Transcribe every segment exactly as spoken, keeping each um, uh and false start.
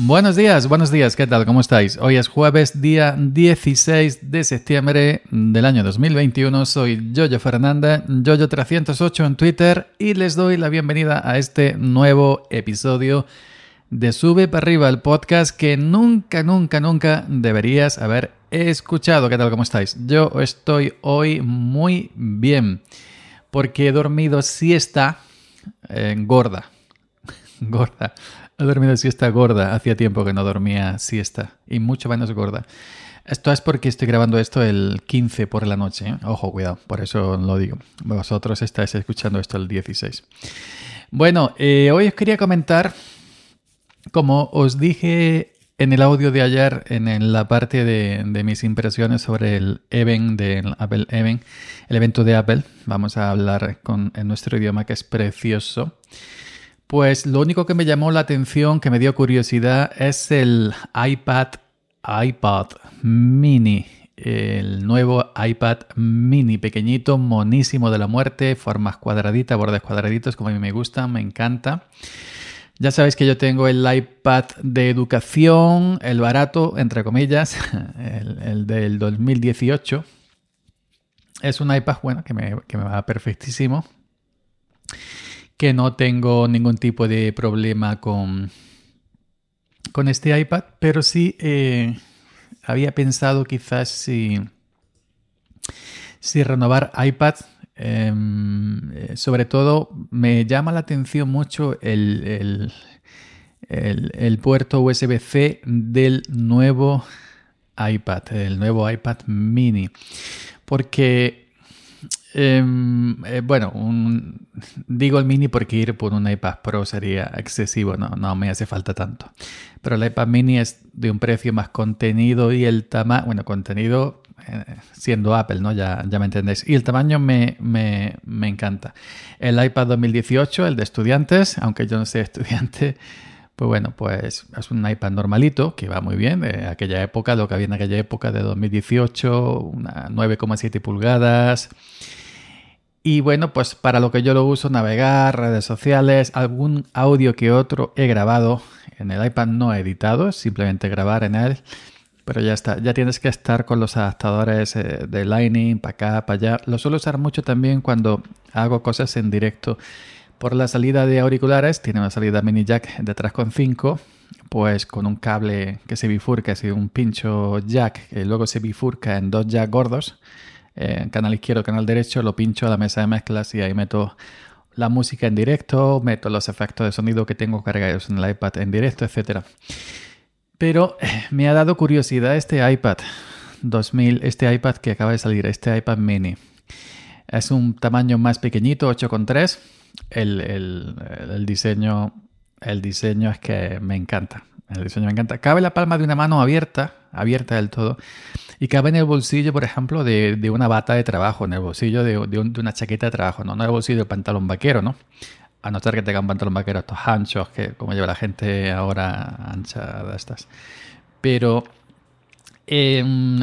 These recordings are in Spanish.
Buenos días, buenos días, ¿qué tal? ¿Cómo estáis? Hoy es jueves, día dieciséis de septiembre del año dos mil veintiuno. Soy Yoyo Fernández, Yoyo trescientos ocho en Twitter, y les doy la bienvenida a este nuevo episodio de Sube para Arriba, el podcast que nunca, nunca, nunca deberías haber escuchado. ¿Qué tal? ¿Cómo estáis? Yo estoy hoy muy bien porque he dormido siesta eh, gorda. Gorda. He dormido siesta gorda. Hacía tiempo que no dormía siesta. Y mucho menos gorda. Esto es porque estoy grabando esto el quince por la noche, ¿eh? Ojo, cuidado. Por eso lo digo. Vosotros estáis escuchando esto el dieciséis. Bueno, eh, hoy os quería comentar, como os dije en el audio de ayer, en la parte de, de mis impresiones sobre el event del Apple Event, el evento de Apple. Vamos a hablar con, en nuestro idioma, que es precioso. Pues lo único que me llamó la atención, que me dio curiosidad, es el iPad, iPad mini. El nuevo iPad mini, pequeñito, monísimo de la muerte, formas cuadraditas, bordes cuadraditos, como a mí me gustan, me encanta. Ya sabéis que yo tengo el iPad de educación, el barato, entre comillas, el, el del dos mil dieciocho. Es un iPad, bueno, que me, que me va perfectísimo. Que no tengo ningún tipo de problema con, con este iPad, pero sí eh, había pensado quizás si, si renovar iPad. Eh, sobre todo me llama la atención mucho el, el, el, el puerto U S B C del nuevo iPad, el nuevo iPad mini, porque Eh, eh, bueno, un, digo el mini porque ir por un iPad Pro sería excesivo, no, no me hace falta tanto. Pero el iPad mini es de un precio más contenido y el tamaño, bueno, contenido eh, siendo Apple, ¿no? Ya, ya me entendéis. Y el tamaño me, me, me encanta. El iPad dos mil dieciocho, el de estudiantes, aunque yo no sea estudiante, pues bueno, pues es un iPad normalito que va muy bien. De aquella época, lo que había en aquella época de dos mil dieciocho, una nueve coma siete pulgadas. Y bueno, pues para lo que yo lo uso, navegar, redes sociales, algún audio que otro he grabado. En el iPad no he editado, es simplemente grabar en él. Pero ya está, ya tienes que estar con los adaptadores de Lightning, para acá, para allá. Lo suelo usar mucho también cuando hago cosas en directo. Por la salida de auriculares, tiene una salida mini jack de tres coma cinco, pues con un cable que se bifurca, así un pincho jack, que luego se bifurca en dos jack gordos. Eh, canal izquierdo, canal derecho, lo pincho a la mesa de mezclas y ahí meto la música en directo, meto los efectos de sonido que tengo cargados en el iPad en directo, etcétera. Pero eh, me ha dado curiosidad este iPad dos mil, este iPad que acaba de salir, este iPad mini. Es un tamaño más pequeñito, ocho coma tres. El, el, el diseño, el diseño es que me encanta. El diseño me encanta. Cabe la palma de una mano abierta, abierta del todo. Y cabe en el bolsillo, por ejemplo, de, de una bata de trabajo, en el bolsillo de, de, un, de una chaqueta de trabajo, no, no en el bolsillo del pantalón vaquero, ¿no? A no ser que tenga un pantalón vaquero estos anchos, que como lleva la gente ahora ancha de estas. Pero eh,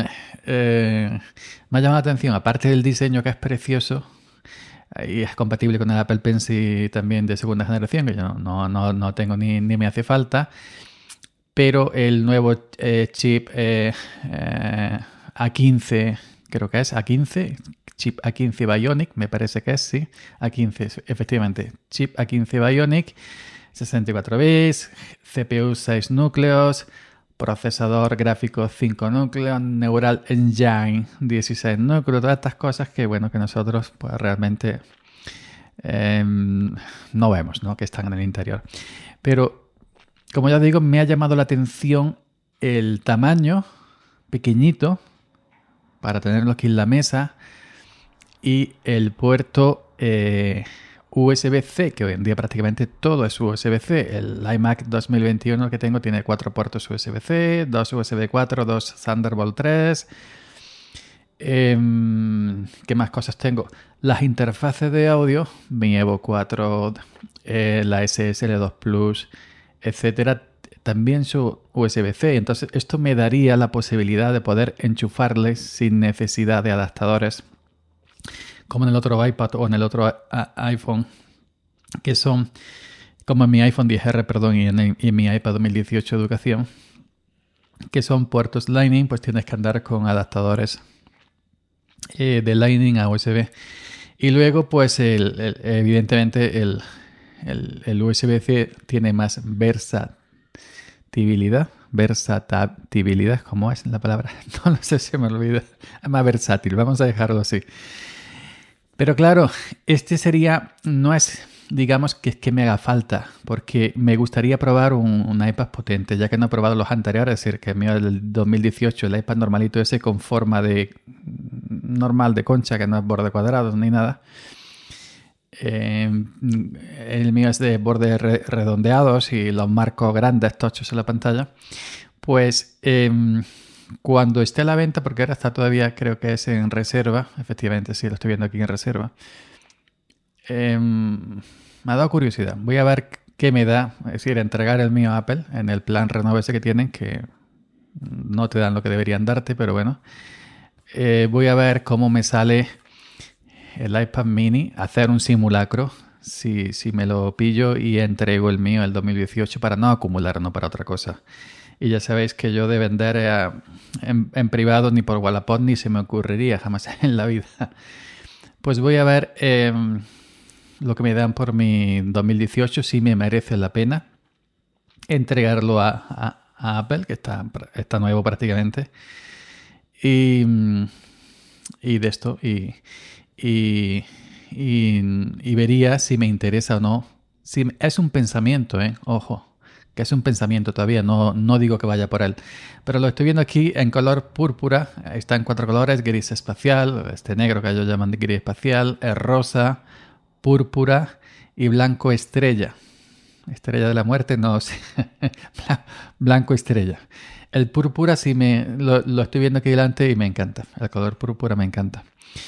eh, me ha llamado la atención, aparte del diseño que es precioso, y es compatible con el Apple Pencil también de segunda generación, que yo no, no, no tengo ni, ni me hace falta. Pero el nuevo eh, chip eh, eh, A quince, creo que es A quince, chip A quince Bionic, me parece que es, sí. A quince, efectivamente. Chip A quince Bionic, sesenta y cuatro bits, C P U seis núcleos, procesador gráfico cinco núcleos, Neural Engine dieciséis núcleos, todas estas cosas que, bueno, que nosotros pues realmente eh, no vemos, ¿no? Que están en el interior. Pero como ya digo, me ha llamado la atención el tamaño pequeñito para tenerlo aquí en la mesa y el puerto eh, U S B C, que hoy en día prácticamente todo es U S B C. El iMac dos mil veintiuno que tengo tiene cuatro puertos U S B C, dos U S B cuatro, dos Thunderbolt tres. Eh, ¿Qué más cosas tengo? Las interfaces de audio, mi Evo cuatro, eh, la S S L dos Plus, etcétera, también su U S B C. Entonces esto me daría la posibilidad de poder enchufarles sin necesidad de adaptadores, como en el otro iPad o en el otro a- iPhone, que son como en mi iPhone diez erre, perdón, y en, y en mi iPad dos mil dieciocho Educación, que son puertos Lightning, pues tienes que andar con adaptadores eh, de Lightning a U S B. Y luego, pues, el, el, evidentemente, el, el, el U S B-C tiene más versatilidad. Versatabilidad, ¿cómo es la palabra? No lo sé, se me olvida. Más versátil, vamos a dejarlo así. Pero claro, este sería, no es, digamos, que es que me haga falta, porque me gustaría probar un, un iPad potente, ya que no he probado los anteriores, es decir, que el mío del dos mil dieciocho, el iPad normalito ese con forma de normal de concha, que no es borde cuadrado ni nada. Eh, el mío es de bordes re redondeados y los marcos grandes, tochos en la pantalla. Pues eh, cuando esté a la venta, porque ahora está todavía, creo que es en reserva, efectivamente sí, lo estoy viendo aquí en reserva, eh, me ha dado curiosidad. Voy a ver qué me da, es decir, entregar el mío a Apple en el plan Renove ese que tienen, que no te dan lo que deberían darte, pero bueno. Eh, voy a ver cómo me sale el iPad mini, hacer un simulacro, si, si me lo pillo y entrego el mío el dos mil dieciocho para no acumular, no para otra cosa. Y ya sabéis que yo de vender eh, en, en privado ni por Wallapop ni se me ocurriría jamás en la vida. Pues voy a ver eh, lo que me dan por mi dos mil dieciocho, si me merece la pena entregarlo a, a, a Apple, que está, está nuevo prácticamente. Y, y de esto, y, y, y, y vería si me interesa o no. Si, es un pensamiento, ¿eh? Ojo. Que es un pensamiento todavía, no, no digo que vaya por él. Pero lo estoy viendo aquí en color púrpura, está en cuatro colores, gris espacial, este negro que ellos llaman de gris espacial, es rosa, púrpura y blanco estrella. Estrella de la muerte, no sé. Blanco estrella. El púrpura sí me lo, lo estoy viendo aquí delante y me encanta. El color púrpura me encanta.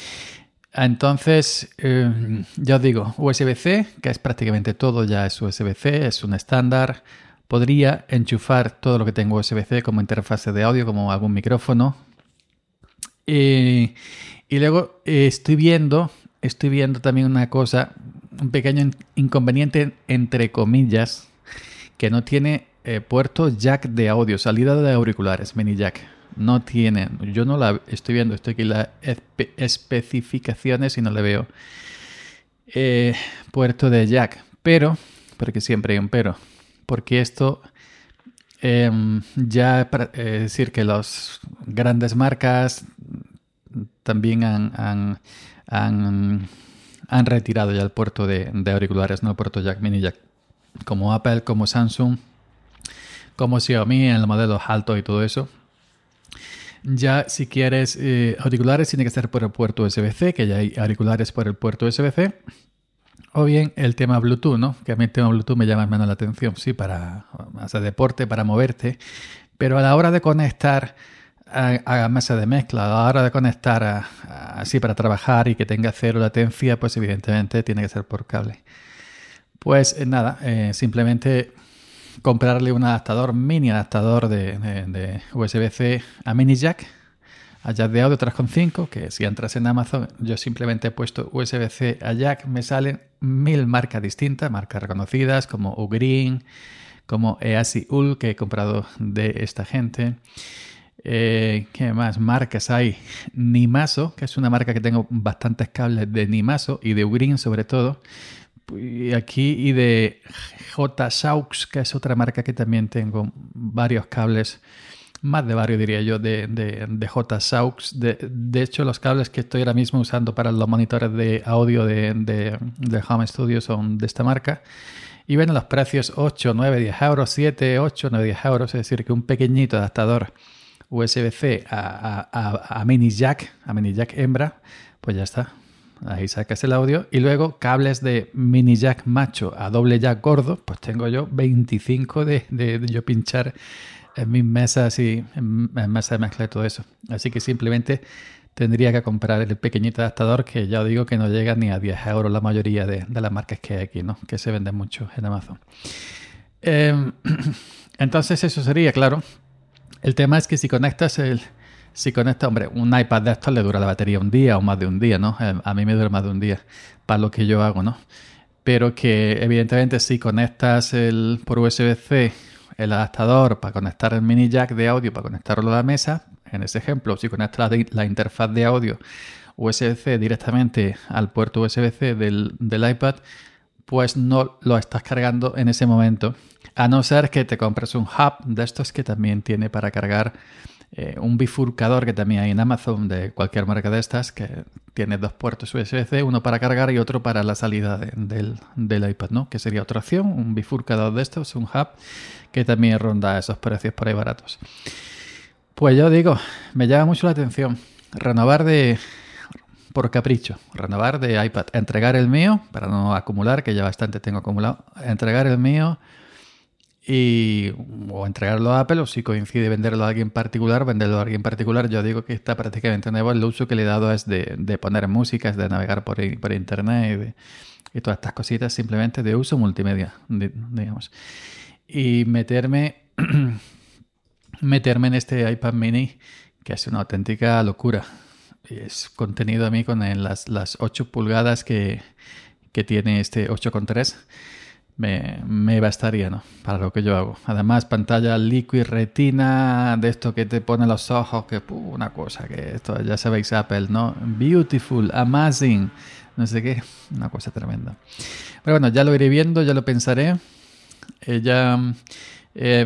Entonces, eh, ya os digo, U S B-C, que es prácticamente todo, ya es U S B-C, es un estándar. Podría enchufar todo lo que tengo U S B-C como interfase de audio, como algún micrófono. Y, y luego eh, estoy viendo, estoy viendo también una cosa, un pequeño inconveniente entre comillas, que no tiene eh, puerto jack de audio, salida de auriculares, mini jack. No tiene, yo no la estoy viendo, estoy aquí en las espe especificaciones y no le veo eh, puerto de jack. Pero, porque siempre hay un pero. Porque esto eh, ya es eh, decir que las grandes marcas también han, han, han, han retirado ya el puerto de, de auriculares, no el puerto jack, mini jack, como Apple, como Samsung, como Xiaomi en los modelos altos y todo eso. Ya si quieres eh, auriculares tiene que ser por el puerto U S B-C, que ya hay auriculares por el puerto U S B-C. O bien el tema Bluetooth, ¿no? Que a mí el tema Bluetooth me llama menos la atención, sí, para hacer deporte, para moverte. Pero a la hora de conectar a, a mesa de mezcla, a la hora de conectar a, a, así para trabajar y que tenga cero latencia, pues evidentemente tiene que ser por cable. Pues eh, nada, eh, simplemente comprarle un adaptador, mini adaptador de, de, de U S B-C a mini jack, a jack de audio tres coma cinco, que si entras en Amazon, yo simplemente he puesto U S B-C a jack, me salen mil marcas distintas, marcas reconocidas como Ugreen, como Easy-Ul, que he comprado de esta gente. Eh, ¿Qué más marcas hay? Nimaso, que es una marca que tengo bastantes cables de Nimaso y de Ugreen sobre todo. Y aquí y de J-Shaux, que es otra marca que también tengo varios cables, más de varios diría yo, de, de, de J-Shaux. De, de hecho, los cables que estoy ahora mismo usando para los monitores de audio de, de, de Home Studio son de esta marca. Y ven los precios ocho, nueve, diez euros, siete, ocho, nueve, diez euros. Es decir, que un pequeñito adaptador U S B-C a, a, a, a mini jack, a mini jack hembra, pues ya está. Ahí sacas el audio. Y luego cables de mini jack macho a doble jack gordo. Pues tengo yo veinticinco de, de, de yo pinchar en mis mesas y en, en mesa de mezcla y todo eso. Así que simplemente tendría que comprar el pequeñito adaptador, que ya os digo que no llega ni a diez euros la mayoría de, de las marcas que hay aquí, ¿no? Que se venden mucho en Amazon. Eh, entonces eso sería, claro. El tema es que si conectas el... Si conectas, hombre, un iPad de estos le dura la batería un día o más de un día, ¿no? A mí me dura más de un día para lo que yo hago, ¿no? pero que evidentemente si conectas el, por U S B-C el adaptador para conectar el mini jack de audio, para conectarlo a la mesa, en ese ejemplo, si conectas la, la interfaz de audio U S B-C directamente al puerto U S B-C del, del iPad, pues no lo estás cargando en ese momento, a no ser que te compres un hub de estos que también tiene para cargar eh, un bifurcador que también hay en Amazon de cualquier marca de estas, que tiene dos puertos U S B-C, uno para cargar y otro para la salida de, del, del iPad, ¿no? Que sería otra opción, un bifurcador de estos, un hub, que también ronda esos precios por ahí baratos. Pues yo digo, me llama mucho la atención renovar de... por capricho, renovar de iPad, entregar el mío para no acumular, que ya bastante tengo acumulado, entregar el mío y o entregarlo a Apple, o si coincide venderlo a alguien particular, venderlo a alguien particular. Yo digo que está prácticamente nuevo. El uso que le he dado es de, de poner música, es de navegar por, por internet y, de, y todas estas cositas, simplemente de uso multimedia, de, digamos. Y meterme meterme en este iPad mini, que es una auténtica locura. Es contenido a mí con el, las, las ocho pulgadas que, que tiene este ocho coma tres. Me, me bastaría, ¿no? Para lo que yo hago. Además, pantalla Liquid Retina, de esto que te pone los ojos, que uh, una cosa que esto ya sabéis Apple, ¿no? Beautiful, amazing, no sé qué, una cosa tremenda. Pero bueno, ya lo iré viendo, ya lo pensaré. Eh, ya eh,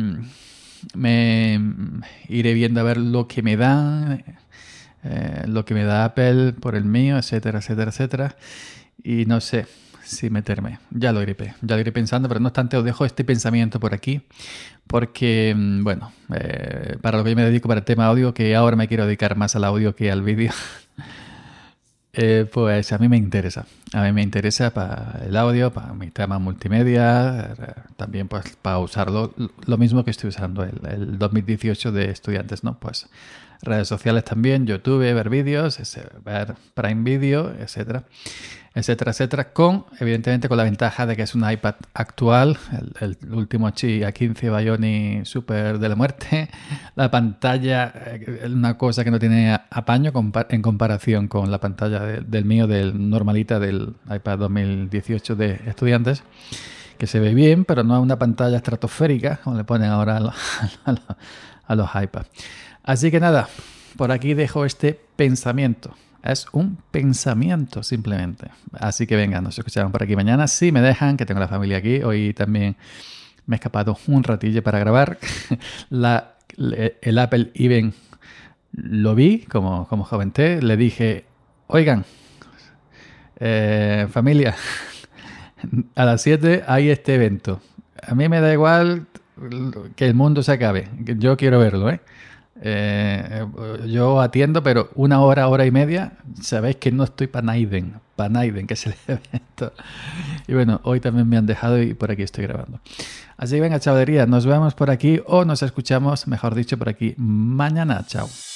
me iré viendo a ver lo que me da, eh, lo que me da Apple por el mío, etcétera, etcétera, etcétera. Y no sé si meterme. Ya lo iré, ya lo iré pensando, pero no obstante os dejo este pensamiento por aquí, porque, bueno, eh, para lo que yo me dedico, para el tema audio, que ahora me quiero dedicar más al audio que al vídeo, eh, pues a mí me interesa. A mí me interesa para el audio, para mi tema multimedia, también pues para usarlo, lo mismo que estoy usando el, el dos mil dieciocho de estudiantes, ¿no? Pues redes sociales también, YouTube, ver vídeos, ver Prime Video, etcétera. etcétera, etcétera, con, evidentemente, con la ventaja de que es un iPad actual, el, el último Qi A quince Bionic Super de la muerte, la pantalla, una cosa que no tiene apaño en comparación con la pantalla de, del mío, del normalita del iPad dos mil dieciocho de estudiantes, que se ve bien, pero no es una pantalla estratosférica, como le ponen ahora a los, a los, a los iPads. Así que nada, por aquí dejo este pensamiento. Es un pensamiento, simplemente. Así que venga, nos escuchamos por aquí mañana. Si me dejan, que tengo la familia aquí. Hoy también me he escapado un ratillo para grabar. La, el Apple Event lo vi como, como joventé. Le dije, oigan, eh, familia, a las siete hay este evento. A mí me da igual que el mundo se acabe. Yo quiero verlo, ¿eh? Eh, yo atiendo, pero una hora, hora y media, sabéis que no estoy para Naiden, para Naiden, que es el evento. Y bueno, hoy también me han dejado y por aquí estoy grabando. Así que venga, chavalería, nos vemos por aquí o nos escuchamos, mejor dicho, por aquí mañana. Chao.